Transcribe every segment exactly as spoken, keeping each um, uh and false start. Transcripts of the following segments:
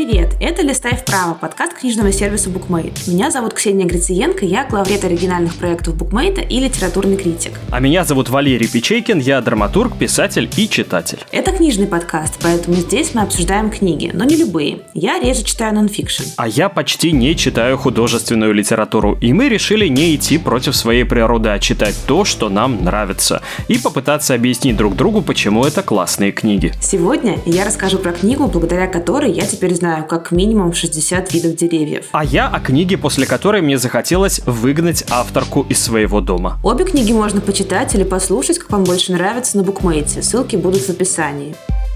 Привет! Это «Листай вправо», подкаст книжного сервиса BookMate. Меня зовут Ксения Грициенко, я главред оригинальных проектов BookMate и литературный критик. А меня зовут Валерий Печейкин, я драматург, писатель и читатель. Это книжный подкаст, поэтому здесь мы обсуждаем книги, но не любые. Я реже читаю нонфикшн. А я почти не читаю художественную литературу, и мы решили не идти против своей природы, а читать то, что нам нравится, и попытаться объяснить друг другу, почему это классные книги. Сегодня я расскажу про книгу, благодаря которой я теперь знаю как минимум шестьдесят видов деревьев. А я о книге, после которой мне захотелось выгнать авторку из своего дома. Обе книги можно почитать или послушать, как вам больше нравится, на BookMate. Ссылки будут в описании.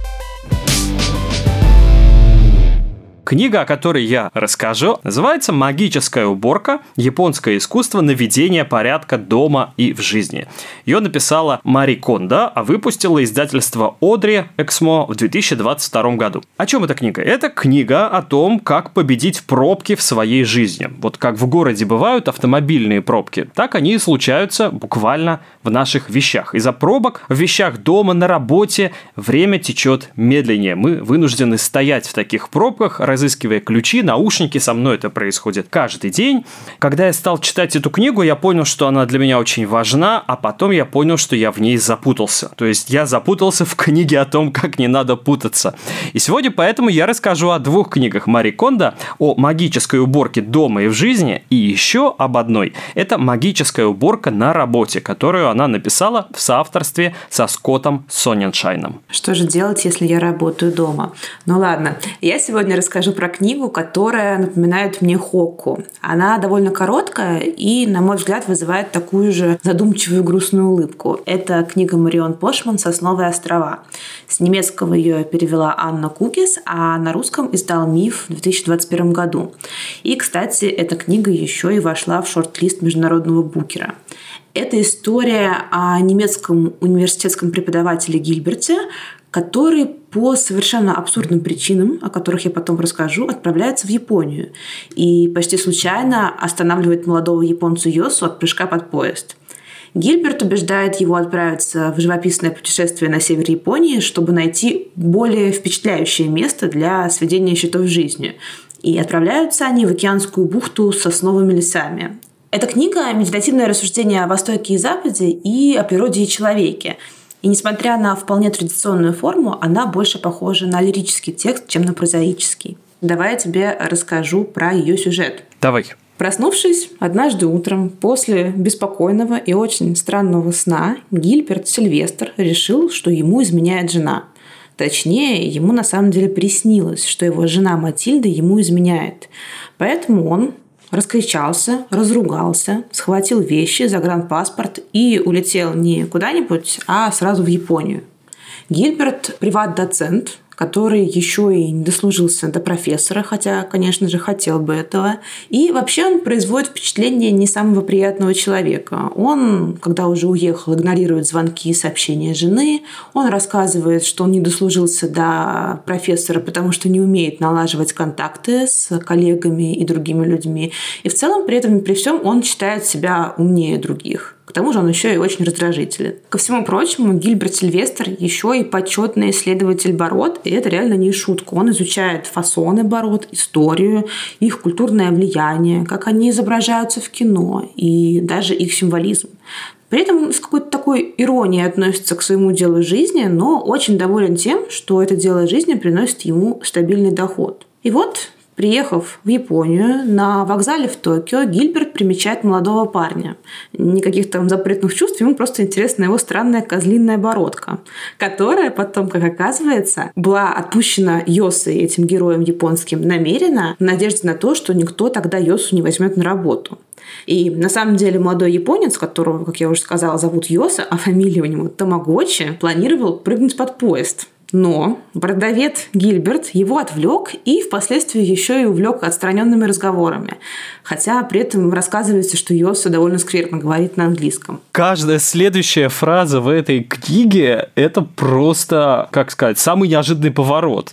Книга, о которой я расскажу, называется «Магическая уборка. Японское искусство наведения порядка дома и в жизни». Ее написала Мари Кондо, а выпустила издательство Одри Эксмо в две тысячи двадцать втором году. О чем эта книга? Это книга о том, как победить пробки в своей жизни. Вот как в городе бывают автомобильные пробки, так они и случаются буквально в наших вещах. Из-за пробок в вещах дома, на работе время течет медленнее. Мы вынуждены стоять в таких пробках, разыскивая ключи, наушники. Со мной это происходит каждый день. Когда я стал читать эту книгу, я понял, что она для меня очень важна, а потом я понял, что я в ней запутался. То есть я запутался в книге о том, как не надо путаться. И сегодня поэтому я расскажу о двух книгах Мари Кондо, о магической уборке дома и в жизни, и еще об одной. Это «Магическая уборка на работе», которую она написала в соавторстве со Скоттом Соненшайном. Что же делать, если я работаю дома? Ну ладно, я сегодня расскажу про книгу, которая напоминает мне Хокку. Она довольно короткая и, на мой взгляд, вызывает такую же задумчивую грустную улыбку. Это книга Марион Пошман «Сосновые острова». С немецкого ее перевела Анна Кукис, а на русском издал МИФ в две тысячи двадцать первом году. И, кстати, эта книга еще и вошла в шорт-лист международного букера. Это история о немецком университетском преподавателе Гильберте, который по совершенно абсурдным причинам, о которых я потом расскажу, отправляется в Японию и почти случайно останавливает молодого японца Йосу от прыжка под поезд. Гильберт убеждает его отправиться в живописное путешествие на север Японии, чтобы найти более впечатляющее место для сведения счетов с жизнью. И отправляются они в океанскую бухту с сосновыми лесами. Эта книга – медитативное рассуждение о Востоке и Западе и о природе и человеке. И несмотря на вполне традиционную форму, она больше похожа на лирический текст, чем на прозаический. Давай я тебе расскажу про ее сюжет. Давай. Проснувшись однажды утром после беспокойного и очень странного сна, Гильберт Сильвестр решил, что ему изменяет жена. Точнее, ему на самом деле приснилось, что его жена Матильда ему изменяет. Поэтому он раскричался, разругался, схватил вещи, загранпаспорт и улетел не куда-нибудь, а сразу в Японию. Гильберт – приват-доцент, который еще и не дослужился до профессора, хотя, конечно же, хотел бы этого. И вообще он производит впечатление не самого приятного человека. Он, когда уже уехал, игнорирует звонки и сообщения жены. Он рассказывает, что он не дослужился до профессора, потому что не умеет налаживать контакты с коллегами и другими людьми. И в целом, при этом, при всем, он считает себя умнее других. К тому же он еще и очень раздражителен. Ко всему прочему, Гильберт Сильвестр еще и почетный исследователь бород, и это реально не шутка. Он изучает фасоны бород, историю, их культурное влияние, как они изображаются в кино и даже их символизм. При этом он с какой-то такой иронией относится к своему делу жизни, но очень доволен тем, что это дело жизни приносит ему стабильный доход. И вот, приехав в Японию, на вокзале в Токио Гильберт примечает молодого парня. Никаких там запретных чувств, ему просто интересна его странная козлиная бородка, которая потом, как оказывается, была отпущена Йосой, этим героем японским, намеренно, в надежде на то, что никто тогда Йосу не возьмет на работу. И на самом деле молодой японец, которого, как я уже сказала, зовут Йоса, а фамилия у него Тамагочи, планировал прыгнуть под поезд. Но продавец Гильберт его отвлек и впоследствии еще и увлек отстраненными разговорами. Хотя при этом рассказывается, что Йоса довольно скверно говорит на английском. Каждая следующая фраза в этой книге – это просто, как сказать, самый неожиданный поворот.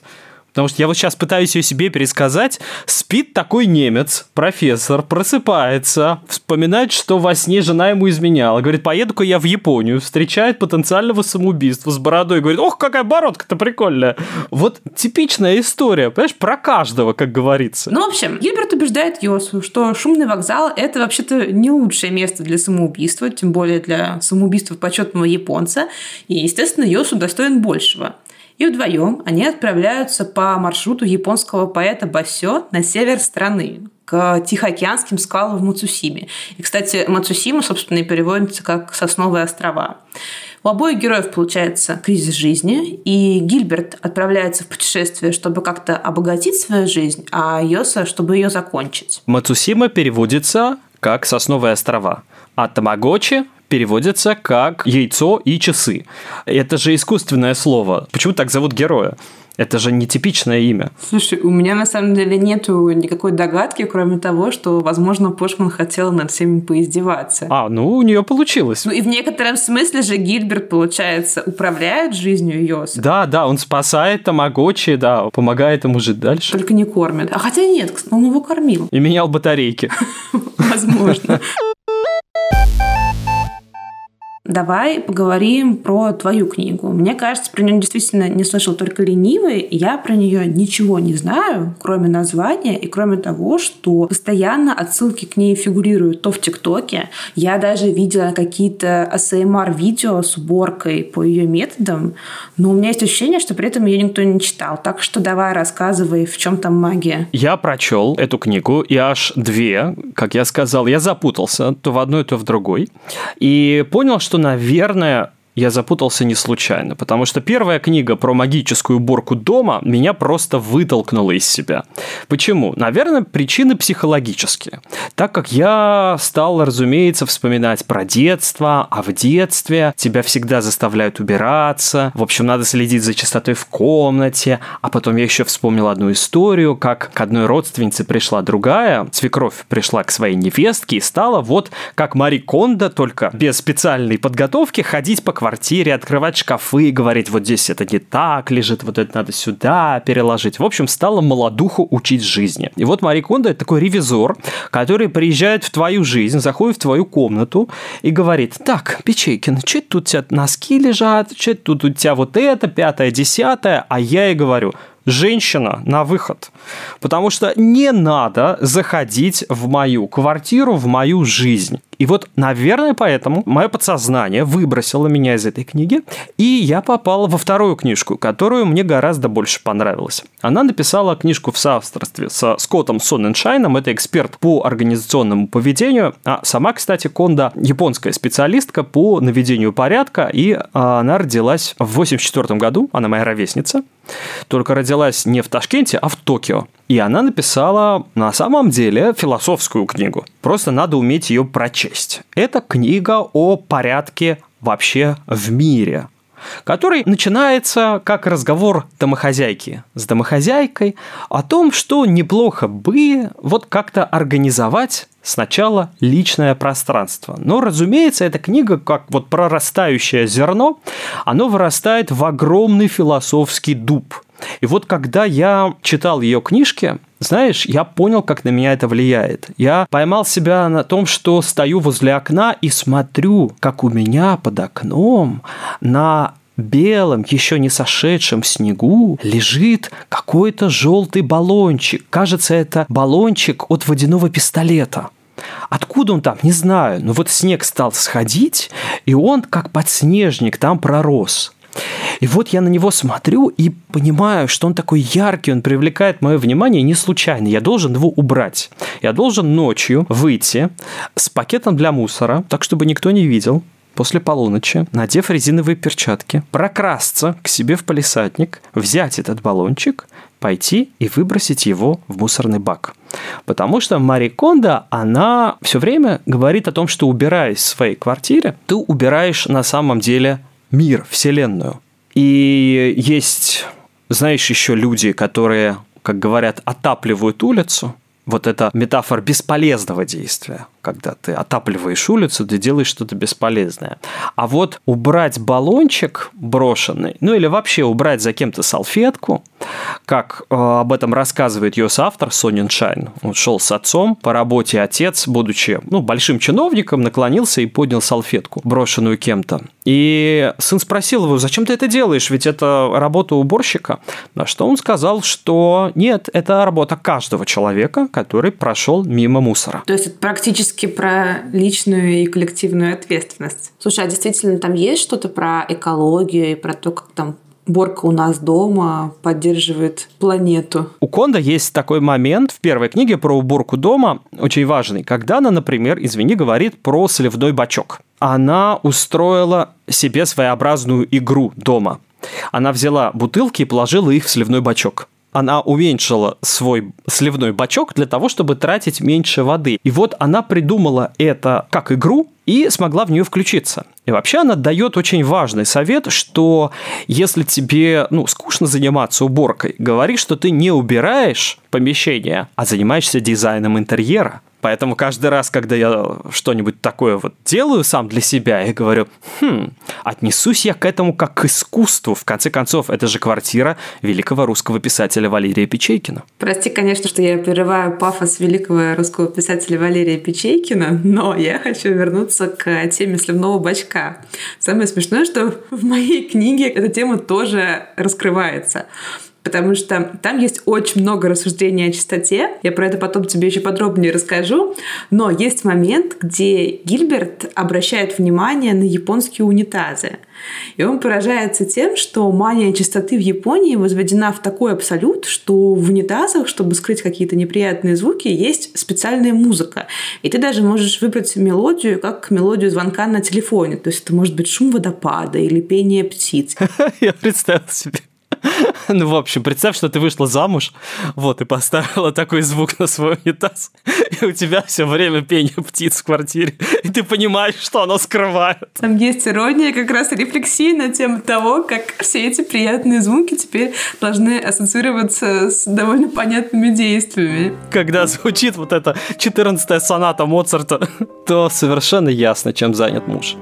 Потому что я вот сейчас пытаюсь ее себе пересказать. Спит такой немец, профессор, просыпается, вспоминает, что во сне жена ему изменяла. Говорит, поеду-ка я в Японию. Встречает потенциального самоубийства с бородой. Говорит, ох, какая бородка-то прикольная. Вот типичная история, понимаешь, про каждого, как говорится. Ну, в общем, Гильберт убеждает Йосу, что шумный вокзал – это вообще-то не лучшее место для самоубийства, тем более для самоубийства почетного японца. И, естественно, Йосу достоин большего. И вдвоем они отправляются по маршруту японского поэта Басё на север страны, к Тихоокеанским скалам в Мацусиме. И, кстати, Мацусима, собственно, и переводится как «Сосновые острова». У обоих героев получается кризис жизни, и Гильберт отправляется в путешествие, чтобы как-то обогатить свою жизнь, а Йоса, чтобы ее закончить. Мацусима переводится как «Сосновые острова», а Тамагочи переводится как «яйцо и часы». Это же искусственное слово. Почему так зовут героя? Это же нетипичное имя. Слушай, у меня на самом деле нету никакой догадки, кроме того, что, возможно, Пошман хотел над всеми поиздеваться. А, ну, у нее получилось. Ну и в некотором смысле же Гильберт, получается, управляет жизнью Йоса. Да, да, он спасает Тамагочи, да, помогает ему жить дальше. Только не кормит. А хотя нет, он его кормил. И менял батарейки. Возможно. Давай поговорим про твою книгу. Мне кажется, про нее действительно не слышал только ленивый. Я про нее ничего не знаю, кроме названия и кроме того, что постоянно отсылки к ней фигурируют то в ТикТоке. Я даже видела какие-то эй эс эм ар-видео с уборкой по ее методам, но у меня есть ощущение, что при этом ее никто не читал. Так что давай рассказывай, в чем там магия. Я прочел эту книгу, и аж две, как я сказал, я запутался то в одной, то в другой. И понял, что наверное, я запутался не случайно, потому что первая книга про магическую уборку дома меня просто вытолкнула из себя. Почему? Наверное, причины психологические. Так как я стал, разумеется, вспоминать про детство, а в детстве тебя всегда заставляют убираться, в общем, надо следить за чистотой в комнате, а потом я еще вспомнил одну историю, как к одной родственнице пришла другая, свекровь пришла к своей невестке и стала вот как Мари Кондо, только без специальной подготовки, ходить по квартире, открывать шкафы и говорить, вот здесь это не так лежит, вот это надо сюда переложить. В общем, стала молодуху учить жизни. И вот Мари Кондо – это такой ревизор, который приезжает в твою жизнь, заходит в твою комнату и говорит, так, Печейкин, что тут у тебя носки лежат, что тут у тебя вот это, пятое, десятое, а я ей говорю, женщина, на выход. Потому что не надо заходить в мою квартиру, в мою жизнь. И вот, наверное, поэтому мое подсознание выбросило меня из этой книги, и я попал во вторую книжку, которую мне гораздо больше понравилась. Она написала книжку в соавторстве со Скоттом Сонненшайном, это эксперт по организационному поведению, а сама, кстати, Кондо японская специалистка по наведению порядка, и она родилась в восемьдесят четвёртом году, она моя ровесница, только родилась не в Ташкенте, а в Токио. И она написала на самом деле философскую книгу. Просто надо уметь ее прочесть. Это книга о порядке вообще в мире, который начинается как разговор домохозяйки с домохозяйкой о том, что неплохо бы вот как-то организовать сначала личное пространство. Но, разумеется, эта книга, как вот прорастающее зерно, оно вырастает в огромный философский дуб. И вот когда я читал ее книжки, знаешь, я понял, как на меня это влияет. Я поймал себя на том, что стою возле окна и смотрю, как у меня под окном на белом, еще не сошедшем снегу лежит какой-то желтый баллончик. Кажется, это баллончик от водяного пистолета. Откуда он там, не знаю. Но вот снег стал сходить, и он как подснежник там пророс. И вот я на него смотрю и понимаю, что он такой яркий, он привлекает мое внимание не случайно. Я должен его убрать. Я должен ночью выйти с пакетом для мусора, так, чтобы никто не видел, после полуночи, надев резиновые перчатки, прокрасться к себе в палисадник, взять этот баллончик, пойти и выбросить его в мусорный бак. Потому что Мари Кондо, она все время говорит о том, что, убираясь в своей квартире, ты убираешь на самом деле мир, вселенную. И есть, знаешь, еще люди, которые, как говорят, отапливают улицу. Вот это метафора бесполезного действия. Когда ты отапливаешь улицу, ты делаешь что-то бесполезное. А вот убрать баллончик брошенный, ну или вообще убрать за кем-то салфетку, Как э, об этом рассказывает ее соавтор Сонин Шайн. Он шел с отцом по работе, отец, будучи ну, большим чиновником, наклонился и поднял салфетку, брошенную кем-то. И сын спросил его: зачем ты это делаешь, ведь это работа уборщика. На что он сказал, что нет, это работа каждого человека, который прошел мимо мусора. То есть это практически про личную и коллективную ответственность. Слушай, а действительно там есть что-то про экологию и про то, как там уборка у нас дома поддерживает планету? У Кондо есть такой момент в первой книге про уборку дома, очень важный, когда она, например, извини, говорит про сливной бачок. Она устроила себе своеобразную игру дома. Она взяла бутылки и положила их в сливной бачок. Она уменьшила свой сливной бачок для того, чтобы тратить меньше воды. И вот она придумала это как игру и смогла в нее включиться. И вообще она дает очень важный совет, что если тебе ну, скучно заниматься уборкой, говори, что ты не убираешь помещение, а занимаешься дизайном интерьера. Поэтому каждый раз, когда я что-нибудь такое вот делаю сам для себя, я говорю, хм, отнесусь я к этому как к искусству. В конце концов, это же квартира великого русского писателя Валерия Печейкина. Прости, конечно, что я прерываю пафос великого русского писателя Валерия Печейкина, но я хочу вернуться к теме сливного бачка. Самое смешное, что в моей книге эта тема тоже раскрывается. Потому что там есть очень много рассуждений о чистоте. Я про это потом тебе еще подробнее расскажу. Но есть момент, где Гильберт обращает внимание на японские унитазы. И он поражается тем, что мания чистоты в Японии возведена в такой абсолют, что в унитазах, чтобы скрыть какие-то неприятные звуки, есть специальная музыка. И ты даже можешь выбрать мелодию, как мелодию звонка на телефоне. То есть это может быть шум водопада или пение птиц. Я представил себе. Ну, в общем, представь, что ты вышла замуж, вот, и поставила такой звук на свой унитаз, и у тебя все время пение птиц в квартире, и ты понимаешь, что оно скрывает. Там есть ирония, как раз рефлексия на тему того, как все эти приятные звуки теперь должны ассоциироваться с довольно понятными действиями. Когда звучит вот эта четырнадцатая соната Моцарта, то совершенно ясно, чем занят муж.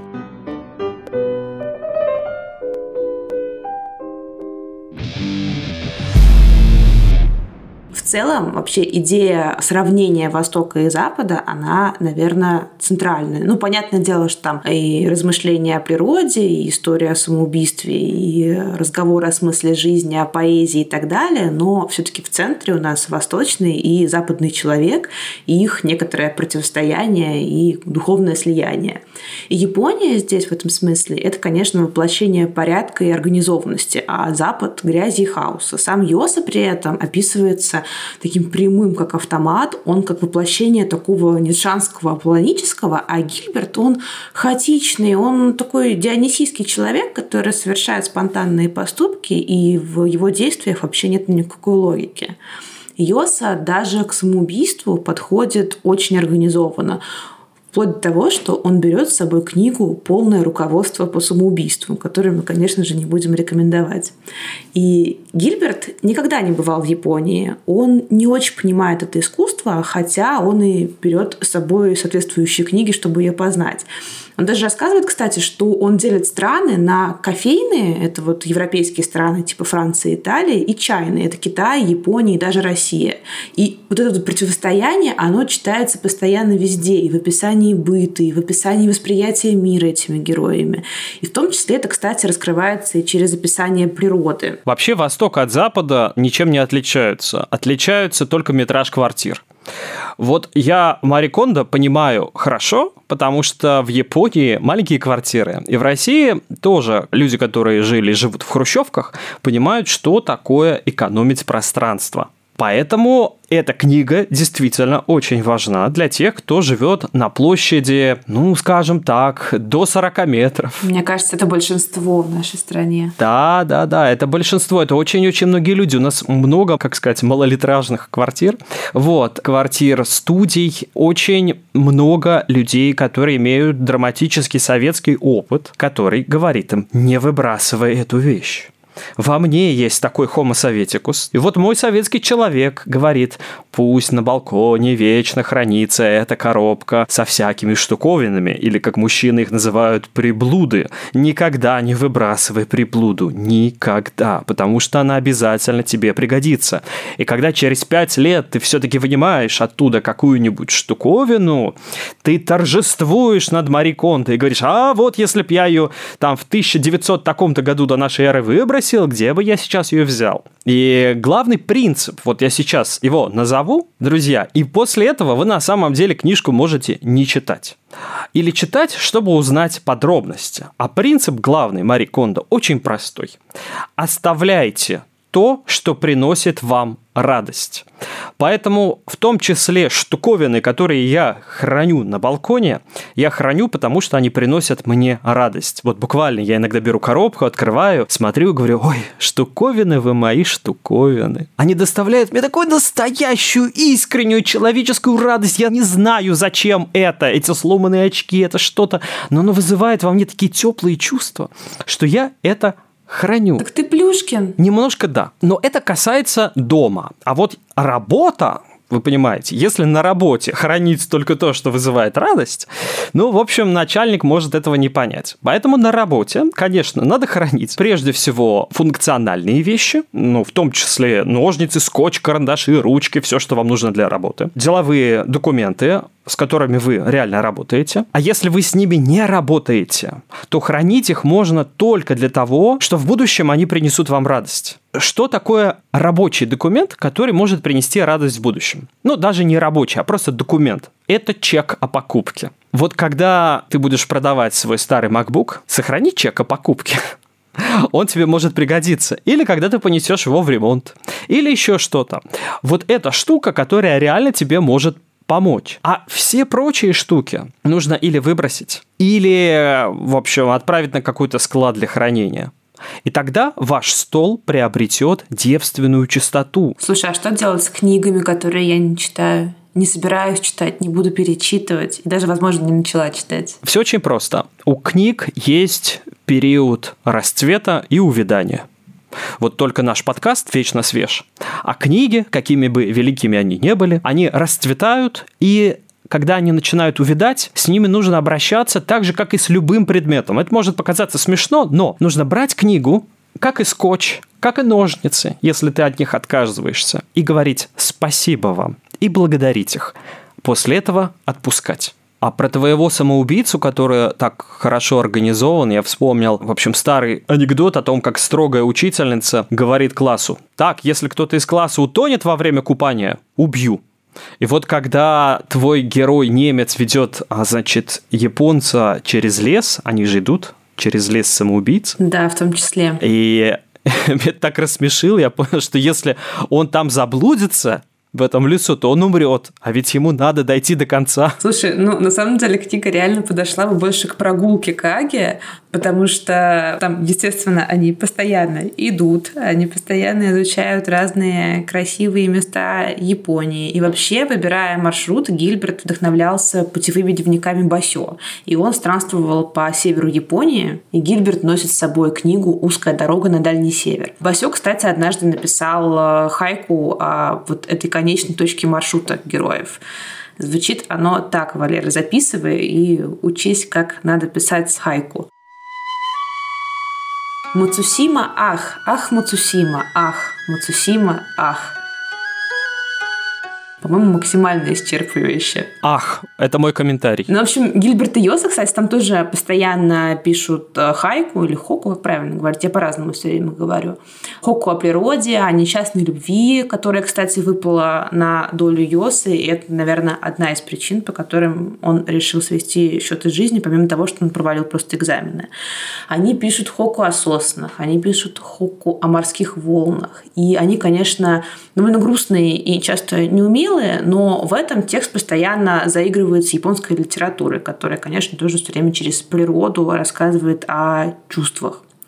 В целом, вообще идея сравнения Востока и Запада, она, наверное, центральная. Ну, понятное дело, что там и размышления о природе, и история о самоубийстве, и разговоры о смысле жизни, о поэзии и так далее, но все-таки в центре у нас восточный и западный человек, и их некоторое противостояние и духовное слияние. И Япония здесь в этом смысле – это, конечно, воплощение порядка и организованности, а Запад – грязи и хаоса. Сам Йоса при этом описывается таким прямым, как автомат, он как воплощение такого ницшанского аполлонического, а Гильберт, он хаотичный, он такой дионисийский человек, который совершает спонтанные поступки, и в его действиях вообще нет никакой логики. Йоса даже к самоубийству подходит очень организованно. Вплоть до того, что он берет с собой книгу «Полное руководство по самоубийству», которую мы, конечно же, не будем рекомендовать. И Гильберт никогда не бывал в Японии. Он не очень понимает это искусство, хотя он и берет с собой соответствующие книги, чтобы ее познать. Он даже рассказывает, кстати, что он делит страны на кофейные, это вот европейские страны типа Франции, Италии, и чайные, это Китай, Япония и даже Россия. И вот это вот противостояние, оно читается постоянно везде, и в описании быта, и в описании восприятия мира этими героями. И в том числе это, кстати, раскрывается и через описание природы. Вообще Восток от Запада ничем не отличаются. Отличаются только метраж квартир. Вот я Мари Кондо понимаю хорошо, потому что в Японии маленькие квартиры. И в России тоже люди, которые жили и живут в хрущевках, понимают, что такое экономить пространство. Поэтому эта книга действительно очень важна для тех, кто живет на площади, ну, скажем так, до сорок метров. Мне кажется, это большинство в нашей стране. Да, да, да, это большинство, это очень-очень многие люди. У нас много, как сказать, малолитражных квартир. Вот, квартир, студий, очень много людей, которые имеют драматический советский опыт, который говорит им: не выбрасывай эту вещь. во мне есть такой homo советикус. И вот мой советский человек говорит, пусть на балконе вечно хранится эта коробка со всякими штуковинами, или, как мужчины их называют, приблуды. Никогда не выбрасывай приблуду. Никогда. Потому что она обязательно тебе пригодится. И когда через пять лет ты все-таки вынимаешь оттуда какую-нибудь штуковину, ты торжествуешь над Мари Кондо и говоришь, а вот если б я ее там в тысяча девятисотом таком-то году до нашей эры выбросил, где бы я сейчас ее взял? И главный принцип, вот я сейчас его назову, друзья, и после этого вы на самом деле книжку можете не читать. Или читать, чтобы узнать подробности. А принцип главный Мари Кондо очень простой. Оставляйте то, что приносит вам радость. Поэтому в том числе штуковины, которые я храню на балконе, я храню, потому что они приносят мне радость. Вот буквально я иногда беру коробку, открываю, смотрю и говорю, ой, штуковины вы мои штуковины. Они доставляют мне такую настоящую, искреннюю человеческую радость. Я не знаю, зачем это, эти сломанные очки, это что-то, но оно вызывает во мне такие теплые чувства, что я это храню. Так ты Плюшкин. Немножко да. Но это касается дома. А вот работа, вы понимаете, если на работе хранить только то, что вызывает радость, ну, в общем, начальник может этого не понять. Поэтому на работе, конечно, надо хранить прежде всего функциональные вещи, ну, в том числе ножницы, скотч, карандаши, ручки, все, что вам нужно для работы. Деловые документы, с которыми вы реально работаете. А если вы с ними не работаете, то хранить их можно только для того, что в будущем они принесут вам радость. Что такое рабочий документ, который может принести радость в будущем? Ну, даже не рабочий, а просто документ. Это чек о покупке. Вот когда ты будешь продавать свой старый MacBook, сохрани чек о покупке. Он тебе может пригодиться. Или когда ты понесешь его в ремонт. Или еще что-то. Вот эта штука, которая реально тебе может помочь. А все прочие штуки нужно или выбросить, или, в общем, отправить на какой-то склад для хранения. И тогда ваш стол приобретет девственную чистоту. Слушай, а что делать с книгами, которые я не читаю? Не собираюсь читать, не буду перечитывать. И даже, возможно, не начала читать. Все очень просто. У книг есть период расцвета и увядания. Вот только наш подкаст вечно свеж. А книги, какими бы великими они ни были, они расцветают, и когда они начинают увядать, с ними нужно обращаться так же, как и с любым предметом. Это может показаться смешно, но нужно брать книгу, как и скотч, как и ножницы, если ты от них отказываешься, и говорить «спасибо вам» и благодарить их. После этого отпускать. А про твоего самоубийцу, который так хорошо организован, я вспомнил, в общем, старый анекдот о том, как строгая учительница говорит классу: «Так, если кто-то из класса утонет во время купания, убью». И вот когда твой герой немец ведет, а, значит, японца через лес, они же идут через лес самоубийц. Да, в том числе. И меня так рассмешил, я понял, что если он там заблудится в этом лесу, то он умрет, а ведь ему надо дойти до конца. Слушай, ну, на самом деле, книга реально подошла бы больше к прогулке Каги, потому что там, естественно, они постоянно идут, они постоянно изучают разные красивые места Японии. И вообще, выбирая маршрут, Гильберт вдохновлялся путевыми дневниками Басё. И он странствовал по северу Японии, и Гильберт носит с собой книгу «Узкая дорога на Дальний Север». Басё, кстати, однажды написал хайку о вот этой конечной точке маршрута героев. Звучит оно так: Валера, записывай и учись, как надо писать хайку. Мацусима, ах, ах, Мацусима, ах, Мацусима, ах. По-моему, максимально исчерпывающе. Ах, это мой комментарий. Ну, в общем, Гильберт и Йоса, кстати, там тоже постоянно пишут хайку или хоку, как правильно говорить, я по-разному все время говорю. Хоку о природе, о несчастной любви, которая, кстати, выпала на долю Йосы, и это, наверное, одна из причин, по которым он решил свести счеты с жизнью, помимо того, что он провалил просто экзамены. Они пишут хоку о соснах, они пишут хоку о морских волнах, и они, конечно, довольно грустные и часто неумелые, но в этом текст постоянно заигрывает с японской литературой, которая, конечно, тоже все время через природу рассказывает о чувствах.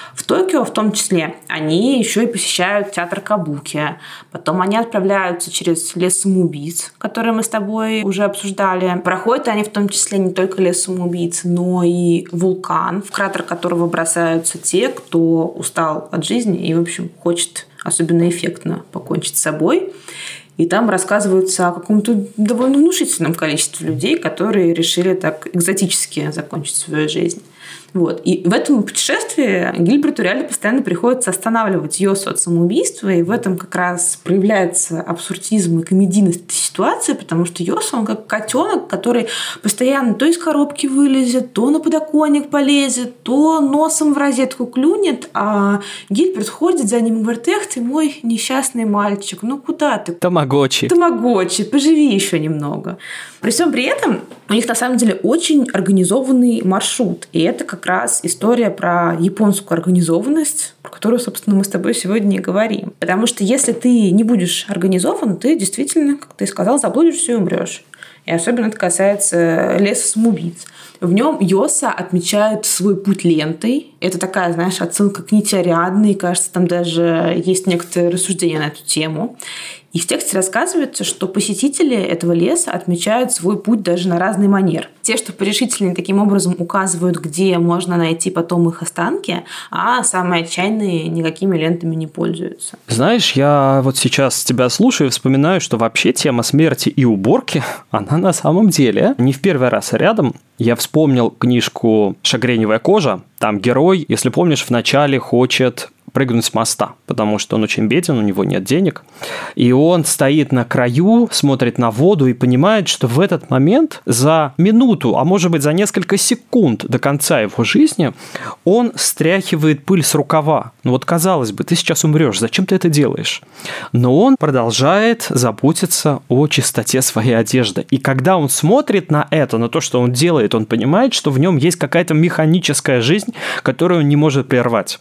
В Токио, в том числе, они еще и посещают театр Кабуки. Потом они отправляются через лес самоубийц, который мы с тобой уже обсуждали. Проходят они в том числе не только лес самоубийц, но и вулкан, в кратер которого бросаются те, кто устал от жизни и, в общем, хочет особенно эффектно покончить с собой. И там рассказываются о каком-то довольно внушительном количестве людей, которые решили так экзотически закончить свою жизнь. Вот. И в этом путешествии Гильберту реально постоянно приходится останавливать Йосу от самоубийства, и в этом как раз проявляется абсурдизм и комедийность этой ситуации, потому что Йоса, он как котенок, который постоянно то из коробки вылезет, то на подоконник полезет, то носом в розетку клюнет, а Гильберт ходит за ним и говорит: эх ты мой несчастный мальчик, ну куда ты? Тамагочи. Тамагочи, поживи еще немного. При всем при этом у них на самом деле очень организованный маршрут. И это как раз история про японскую организованность, про которую, собственно, мы с тобой сегодня и говорим. Потому что если ты не будешь организован, ты действительно, как ты сказал, заблудишься и умрешь. И особенно это касается леса самоубийц. В нем Йоса отмечает свой путь лентой. Это такая, знаешь, отсылка к нити Ариадны. И, кажется, там даже есть некоторые рассуждения на эту тему. И в тексте рассказывается, что посетители этого леса отмечают свой путь даже на разный манер. Те, что порешительнее, таким образом указывают, где можно найти потом их останки, а самые отчаянные никакими лентами не пользуются. Знаешь, я вот сейчас тебя слушаю и вспоминаю, что вообще тема смерти и уборки, она на самом деле не в первый раз рядом. Я вспомнил книжку «Шагреневая кожа». Там герой, если помнишь, вначале хочет прыгнуть с моста, потому что он очень беден, у него нет денег. И он стоит на краю, смотрит на воду и понимает, что в этот момент за минуту, а может быть за несколько секунд до конца его жизни он стряхивает пыль с рукава. Ну вот казалось бы, ты сейчас умрешь, зачем ты это делаешь? Но он продолжает заботиться о чистоте своей одежды. И когда он смотрит на это, на то, что он делает, он понимает, что в нем есть какая-то механическая жизнь, которую он не может прервать.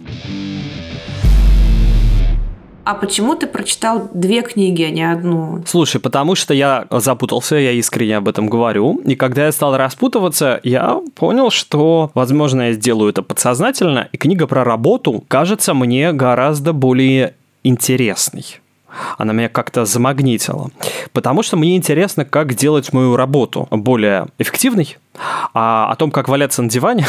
А почему ты прочитал две книги, а не одну? Слушай, потому что я запутался, я искренне об этом говорю. И когда я стал распутываться, я понял, что, возможно, я сделаю это подсознательно, и книга про работу кажется мне гораздо более интересной. Она меня как-то замагнитила. Потому что мне интересно, как делать мою работу более эффективной. А о том, как валяться на диване,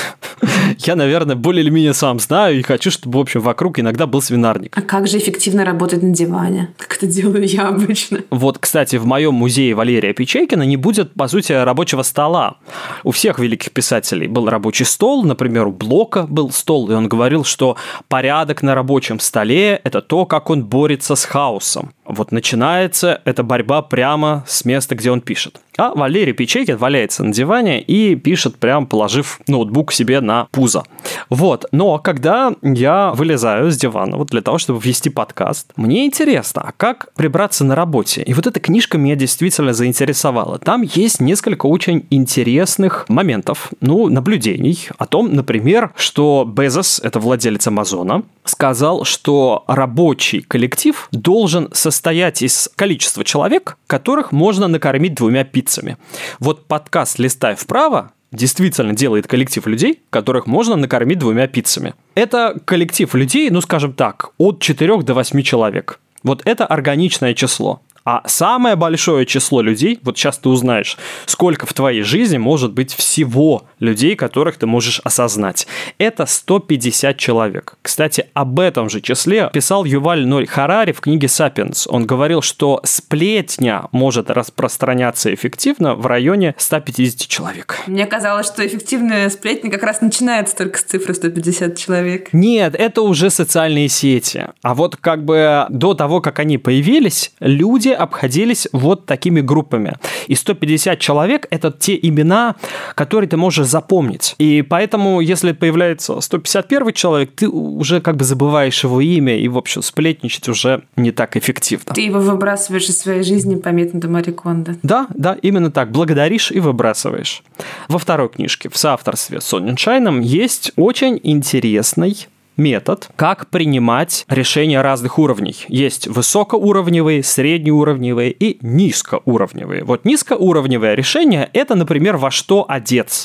я, наверное, более или менее сам знаю и хочу, чтобы, в общем, вокруг иногда был свинарник. А как же эффективно работать на диване? Как это делаю я обычно? Вот, кстати, в моем музее Валерия Печейкина не будет, по сути, рабочего стола. У всех великих писателей был рабочий стол, например, у Блока был стол, и он говорил, что порядок на рабочем столе – это то, как он борется с хаосом. Вот начинается эта борьба прямо с места, где он пишет. А Валерий Печейкин валяется на диване и пишет, прям положив ноутбук себе на пузо. Вот. Но когда я вылезаю с дивана вот для того, чтобы ввести подкаст, мне интересно, а как прибраться на работе? И вот эта книжка меня действительно заинтересовала. Там есть несколько очень интересных моментов, ну, наблюдений о том, например, что Безос, это владелец Амазона, сказал, что рабочий коллектив должен состоять из количества человек, которых можно накормить двумя пиццами. Вот подкаст «Листай вправо» действительно делает коллектив людей, которых можно накормить двумя пиццами. Это коллектив людей, ну, скажем так, от четырёх до восьми человек. Вот это органичное число. А самое большое число людей, вот сейчас ты узнаешь, сколько в твоей жизни может быть всего людей, которых ты можешь осознать. Это сто пятьдесят человек. Кстати, об этом же числе писал Юваль Ноа Харари в книге «Сапиенс». Он говорил, что сплетня может распространяться эффективно в районе ста пятидесяти человек. Мне казалось, что эффективная сплетня как раз начинается только с цифры сто пятьдесят человек. Нет, это уже социальные сети. А вот как бы до того, как они появились, люди обходились вот такими группами. И сто пятьдесят человек – это те имена, которые ты можешь запомнить. И поэтому, если появляется сто пятьдесят первый человек, ты уже как бы забываешь его имя, и, в общем, сплетничать уже не так эффективно. Ты его выбрасываешь из своей жизни по методу Мари Кондо. Да, да, именно так. Благодаришь и выбрасываешь. Во второй книжке в соавторстве с Сонненшайном есть очень интересный метод, как принимать решения разных уровней. Есть высокоуровневые, среднеуровневые и низкоуровневые. Вот низкоуровневое решение – это, например, во что одеться.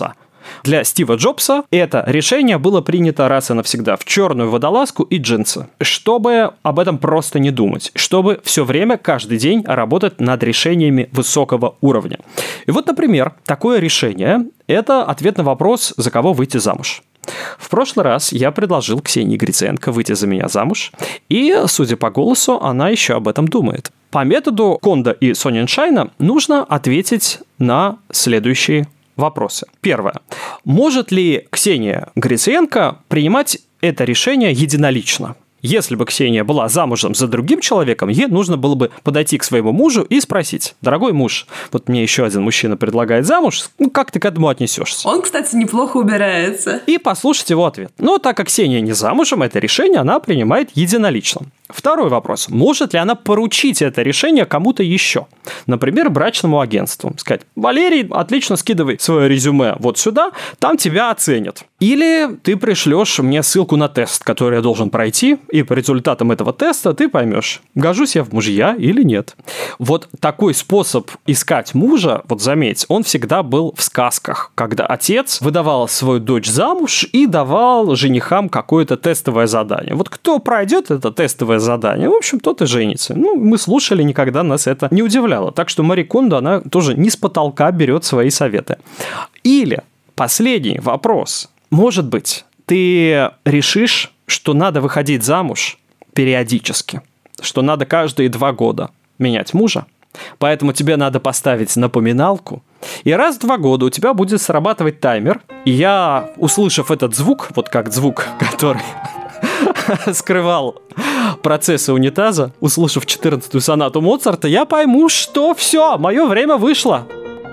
Для Стива Джобса это решение было принято раз и навсегда в черную водолазку и джинсы, чтобы об этом просто не думать, чтобы все время, каждый день работать над решениями высокого уровня. И вот, например, такое решение – это ответ на вопрос, за кого выйти замуж. В прошлый раз я предложил Ксении Гриценко выйти за меня замуж, и, судя по голосу, она еще об этом думает. По методу Кондо и Соненшайна нужно ответить на следующие вопросы. Первое. Может ли Ксения Гриценко принимать это решение единолично? Если бы Ксения была замужем за другим человеком, ей нужно было бы подойти к своему мужу и спросить: дорогой муж, вот мне еще один мужчина предлагает замуж, ну как ты к этому отнесешься? Он, кстати, неплохо убирается. И послушать его ответ. Но так как Ксения не замужем, это решение она принимает единолично. Второй вопрос. Может ли она поручить это решение кому-то еще? Например, брачному агентству. Сказать: Валерий, отлично скидывай свое резюме вот сюда, там тебя оценят. Или ты пришлешь мне ссылку на тест, который я должен пройти, и по результатам этого теста ты поймешь, гожусь я в мужья или нет. Вот такой способ искать мужа, вот заметь, он всегда был в сказках, когда отец выдавал свою дочь замуж и давал женихам какое-то тестовое задание. Вот кто пройдет это тестовое задание, в общем, тот и женится. Ну, мы слушали, никогда нас это не удивляло. Так что Мари Кондо, она тоже не с потолка берет свои советы. Или последний вопрос. Может быть, ты решишь, что надо выходить замуж периодически, что надо каждые два года менять мужа, поэтому тебе надо поставить напоминалку, и раз в два года у тебя будет срабатывать таймер, и я, услышав этот звук, вот как звук, который скрывал процессы унитаза, услышав четырнадцатую сонату Моцарта, я пойму, что все, мое время вышло.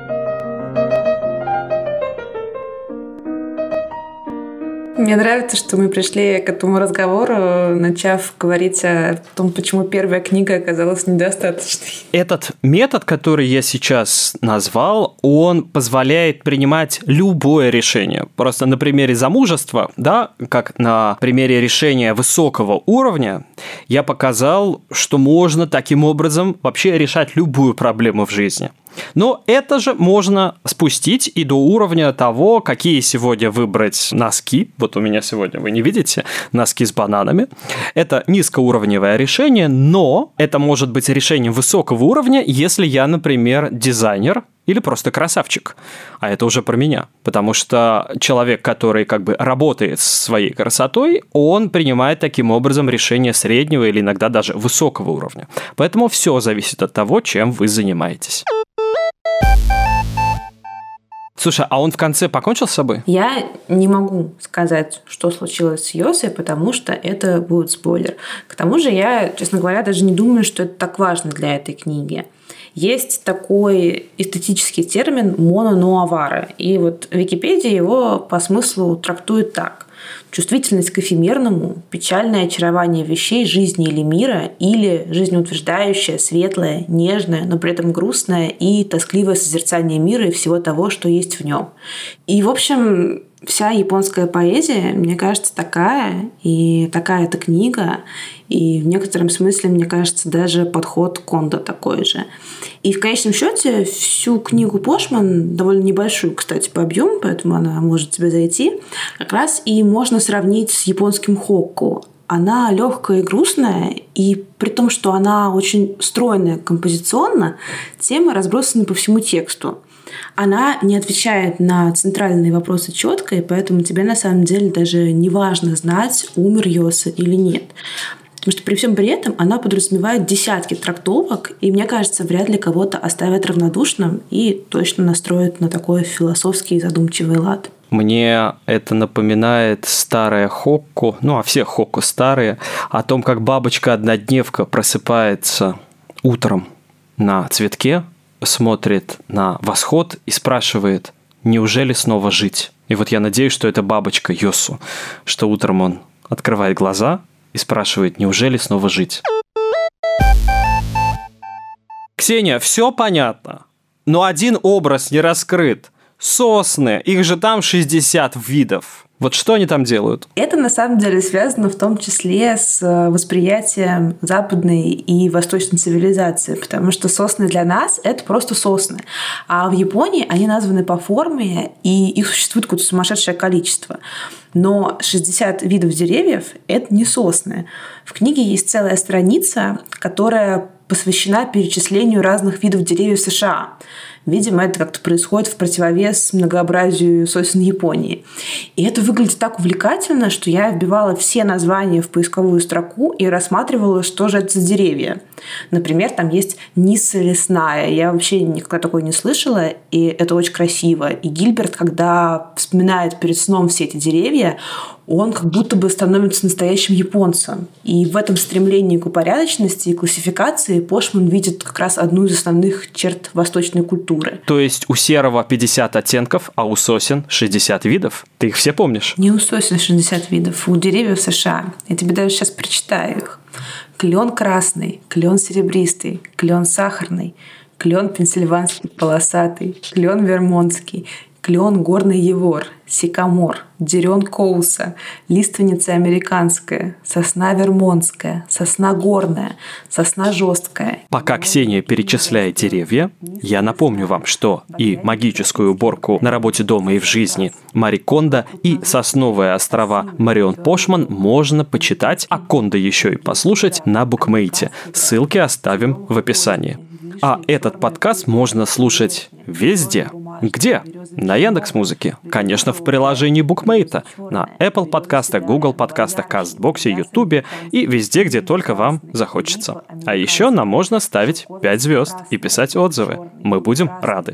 Мне нравится, что мы пришли к этому разговору, начав говорить о том, почему первая книга оказалась недостаточной. Этот метод, который я сейчас назвал, он позволяет принимать любое решение. Просто на примере замужества, да, как на примере решения высокого уровня, я показал, что можно таким образом вообще решать любую проблему в жизни. Но это же можно спустить и до уровня того, какие сегодня выбрать носки. Вот у меня сегодня, вы не видите, носки с бананами. Это низкоуровневое решение, но это может быть решением высокого уровня, если я, например, дизайнер или просто красавчик. А это уже про меня. Потому что человек, который как бы работает со своей красотой, он принимает таким образом решения среднего или иногда даже высокого уровня. Поэтому все зависит от того, чем вы занимаетесь. Слушай, а он в конце покончил с собой? Я не могу сказать, что случилось с Йосой, потому что это будет спойлер. К тому же я, честно говоря, даже не думаю, что это так важно для этой книги. Есть такой эстетический термин «мононуавары», и вот Википедия его по смыслу трактует так. Чувствительность к эфемерному, печальное очарование вещей, жизни или мира, или жизнеутверждающее, светлое, нежное, но при этом грустное и тоскливое созерцание мира и всего того, что есть в нем. И, в общем, вся японская поэзия, мне кажется, такая, и такая эта книга, и в некотором смысле, мне кажется, даже подход Кондо такой же. И в конечном счете всю книгу Пошман, довольно небольшую, кстати, по объему, поэтому она может тебе зайти, как раз и можно сравнить с японским хокку. Она легкая и грустная, и при том, что она очень стройная композиционно, темы разбросаны по всему тексту. Она не отвечает на центральные вопросы четко, и поэтому тебе на самом деле даже не важно знать, умер Йоса или нет. Потому что при всем при этом она подразумевает десятки трактовок, и, мне кажется, вряд ли кого-то оставит равнодушным и точно настроит на такой философский и задумчивый лад. Мне это напоминает старое хокку, ну, а все хокку старые, о том, как бабочка-однодневка просыпается утром на цветке, смотрит на восход и спрашивает: неужели снова жить? И вот я надеюсь, что это бабочка Йосу, что утром он открывает глаза и спрашивает: неужели снова жить? Ксения, все понятно, но один образ не раскрыт. Сосны, их же там шестьдесят видов. Вот что они там делают? Это на самом деле связано в том числе с восприятием западной и восточной цивилизации, потому что сосны для нас – это просто сосны. А в Японии они названы по форме, и их существует какое-то сумасшедшее количество. Но шестьдесят видов деревьев – это не сосны. В книге есть целая страница, которая посвящена перечислению разных видов деревьев в США. Видимо, это как-то происходит в противовес многообразию сосен Японии. И это выглядит так увлекательно, что я вбивала все названия в поисковую строку и рассматривала, что же это за деревья. Например, там есть Нисса лесная. Я вообще никогда такое не слышала, и это очень красиво. И Гильберт, когда вспоминает перед сном все эти деревья, он как будто бы становится настоящим японцем. И в этом стремлении к упорядоченности и классификации Пошман видит как раз одну из основных черт восточной культуры. То есть у серого пятьдесят оттенков, а у сосен шестьдесят видов? Ты их все помнишь? Не у сосен шестьдесят видов, у деревьев в США. Я тебе даже сейчас прочитаю их. Клен красный, клен серебристый, клен сахарный, клен пенсильванский полосатый, клен вермонтский, клен горный явор, сикамор, дерен коуса, лиственница американская, сосна вермонтская, сосна горная, сосна жесткая. Пока Ксения перечисляет деревья, я напомню вам, что и магическую уборку на работе дома и в жизни Мари Кондо и сосновые острова Марион Пошман можно почитать, а Кондо еще и послушать на букмейте. Ссылки оставим в описании. А этот подкаст можно слушать везде. Где? На Яндекс.Музыке. Конечно, в приложении букмейта. На Apple подкастах, Google подкастах, Кастбоксе, Ютубе и везде, где только вам захочется. А еще нам можно ставить пять звезд и писать отзывы. Мы будем рады.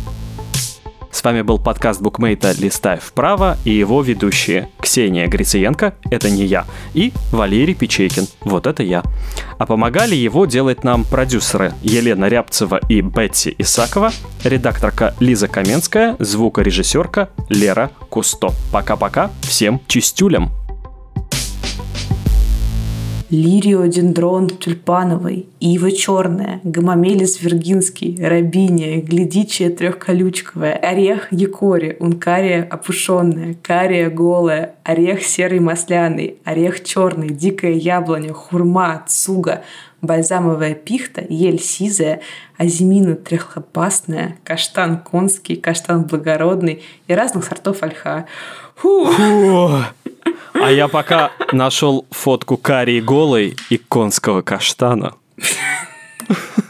С вами был подкаст букмейта «Листай вправо» и его ведущие Ксения Грициенко, это не я, и Валерий Печейкин, вот это я. А помогали его делать нам продюсеры Елена Рябцева и Бетти Исакова, редакторка Лиза Каменская, звукорежиссерка Лера Кусто. Пока-пока, всем чистюлям! Лириодендрон тюльпановый, ива черная, гомомелис виргинский, рабиния, глядичия трехколючковая, орех якори, ункария опушенная, кария голая, орех серый масляный, орех черный, дикая яблоня, хурма, цуга, бальзамовая пихта, ель сизая, азимина трехлопастная, каштан конский, каштан благородный и разных сортов ольха. Фу. А я пока нашел фотку карии голой и конского каштана.